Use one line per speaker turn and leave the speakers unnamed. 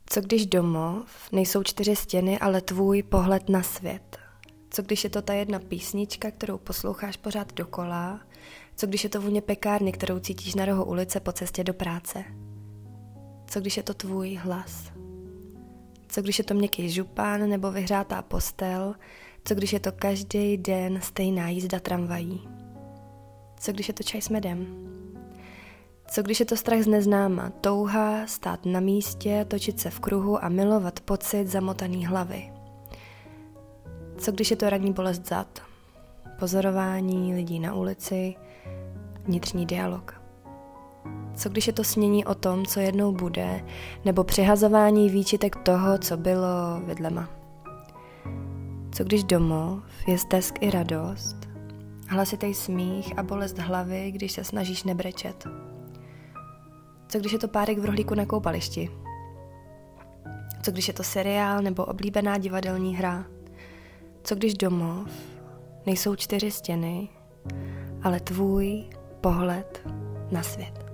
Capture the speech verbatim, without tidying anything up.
Co když domov nejsou čtyři stěny, ale tvůj pohled na svět? Co když je to ta jedna písnička, kterou posloucháš pořád dokola? Co když je to vůně pekárny, kterou cítíš na rohu ulice po cestě do práce? Co když je to tvůj hlas? Co když je to měkký župán nebo vyhřátá postel? Co když je to každý den stejná jízda tramvají? Co když je to čaj s medem? Co když je to strach z neznáma, touha stát na místě, točit se v kruhu a milovat pocit zamotaný hlavy? Co když je to ranní bolest zad, pozorování lidí na ulici, vnitřní dialog? Co když je to snění o tom, co jednou bude, nebo přihazování výčitek toho, co bylo vidlema? Co když domov je stesk i radost, hlasitej smích a bolest hlavy, když se snažíš nebrečet? Co když je to párek v rohlíku na koupališti? Co když je to seriál nebo oblíbená divadelní hra? Co když domov nejsou čtyři stěny, ale tvůj pohled na svět?